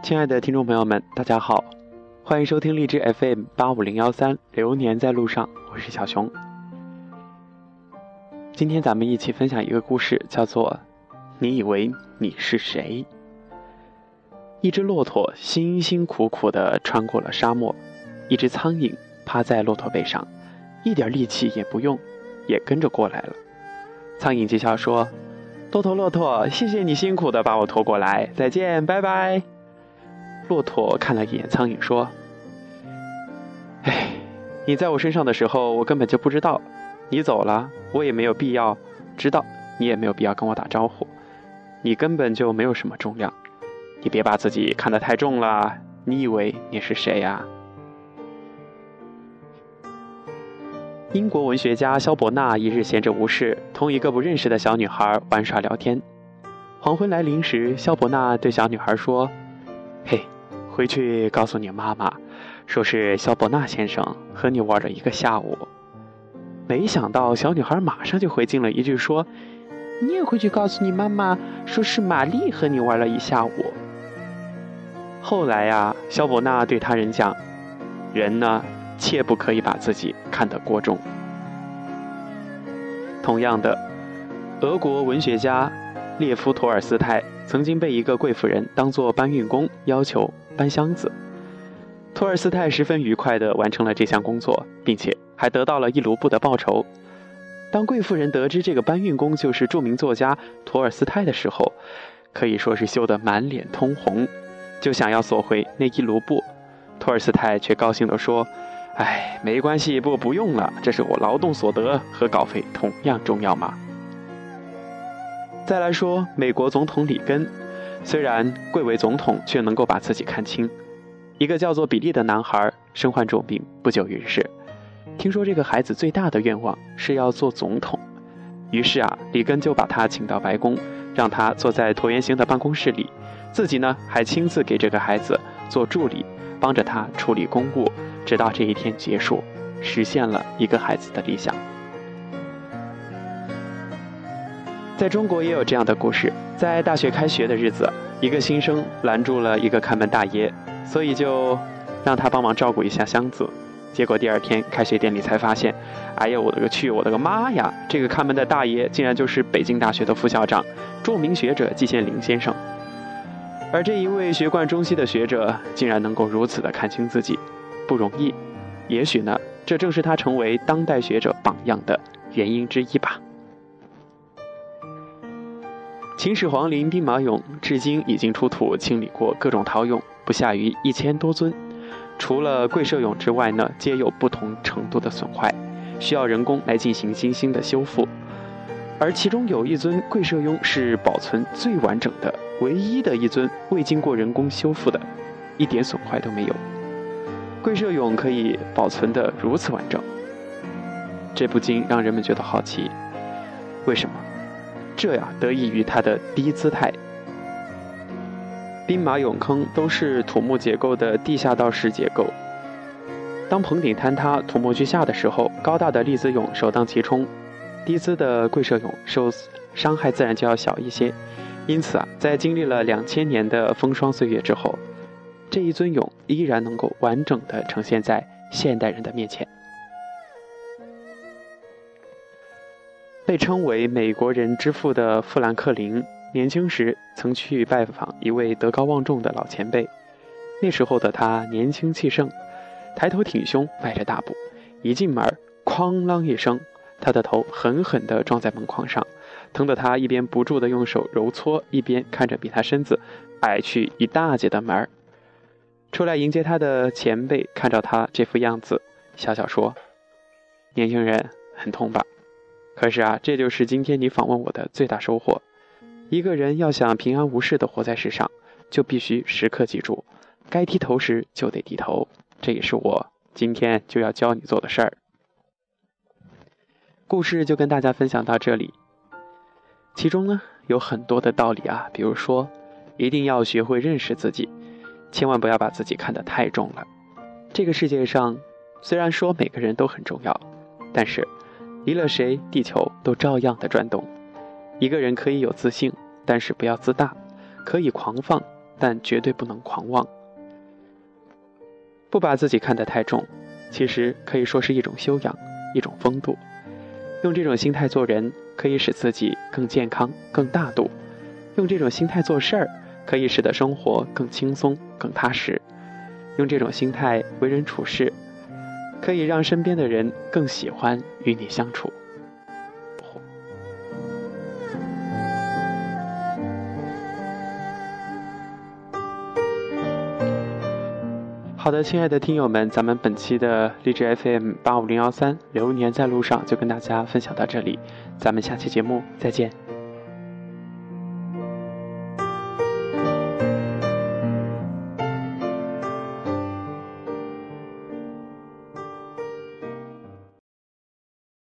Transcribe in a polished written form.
亲爱的听众朋友们，大家好，欢迎收听荔枝 FM85013流年在路上，我是小熊。今天咱们一起分享一个故事，叫做你以为你是谁。一只骆驼辛辛苦苦地穿过了沙漠，一只苍蝇趴在骆驼背上，一点力气也不用，也跟着过来了。苍蝇讥笑说：骆驼骆驼，谢谢你辛苦地把我拖过来，再见，拜拜。骆驼看了一眼苍蝇说：你在我身上的时候我根本就不知道，你走了我也没有必要知道，你也没有必要跟我打招呼，你根本就没有什么重量，你别把自己看得太重了，你以为你是谁呀？英国文学家萧伯纳一日闲着无事，同一个不认识的小女孩玩耍聊天。黄昏来临时，萧伯纳对小女孩说：回去告诉你妈妈，说是萧伯纳先生和你玩了一个下午。没想到小女孩马上就回敬了一句说：你也回去告诉你妈妈，说是玛丽和你玩了一下午。后来呀，萧伯纳对他人讲，人呢，切不可以把自己看得过重。同样的，俄国文学家列夫·托尔斯泰曾经被一个贵妇人当作搬运工，要求搬箱子。托尔斯泰十分愉快地完成了这项工作，并且还得到了1卢布的报酬。当贵妇人得知这个搬运工就是著名作家托尔斯泰的时候，可以说是羞得满脸通红，就想要索回那1卢布。托尔斯泰却高兴地说：没关系，不用了，这是我劳动所得，和稿费同样重要嘛。再来说美国总统里根，虽然贵为总统，却能够把自己看清。一个叫做比利的男孩身患重病，不久于世。听说这个孩子最大的愿望是要做总统，于是里根就把他请到白宫，让他坐在椭圆形的办公室里，自己呢还亲自给这个孩子做助理，帮着他处理公务，直到这一天结束，实现了一个孩子的理想。在中国也有这样的故事，在大学开学的日子，一个新生拦住了一个看门大爷，所以就让他帮忙照顾一下箱子。结果第二天开学典礼才发现，我的个去，我的个妈呀，这个看门的大爷竟然就是北京大学的副校长，著名学者季羡林先生。而这一位学贯中西的学者竟然能够如此的看清自己，不容易。也许呢，这正是他成为当代学者榜样的原因之一吧。秦始皇陵兵马俑至今已经出土清理过各种陶俑，不下于1000多尊。除了贵社俑之外呢，皆有不同程度的损坏，需要人工来进行精心的修复。而其中有一尊贵社俑是保存最完整的，唯一的一尊未经过人工修复的，一点损坏都没有。贵社俑可以保存得如此完整，这不禁让人们觉得好奇，为什么？这得益于它的低姿态。兵马俑坑都是土木结构的地下道式结构，当棚顶坍塌，土木居下的时候，高大的立姿俑首当其冲，低姿的贵社俑受伤害自然就要小一些。因此在经历了2000年的风霜岁月之后，这一尊俑依然能够完整地呈现在现代人的面前。被称为美国人之父的富兰克林，年轻时曾去拜访一位德高望重的老前辈。那时候的他年轻气盛，抬头挺胸，迈着大步，一进门，哐啷一声，他的头狠狠地撞在门框上，疼得他一边不住地用手揉搓，一边看着比他身子矮去一大截的门。出来迎接他的前辈看到他这副样子，笑笑说：年轻人，很痛吧？可是这就是今天你访问我的最大收获。一个人要想平安无事地活在世上，就必须时刻记住，该低头时就得低头，这也是我今天就要教你做的事儿。故事就跟大家分享到这里，其中呢有很多的道理比如说一定要学会认识自己，千万不要把自己看得太重了。这个世界上虽然说每个人都很重要，但是离了谁，地球都照样的转动。一个人可以有自信，但是不要自大；可以狂放， 但绝对不能狂妄。不把自己看得太重，其实可以说是一种修养，一种风度。用这种心态做人，可以使自己更健康、更大度；用这种心态做事儿，可以使得生活更轻松、更踏实；用这种心态为人处事，可以让身边的人更喜欢与你相处。好的，亲爱的听友们，咱们本期的励志 FM85013流年在路上就跟大家分享到这里，咱们下期节目再见。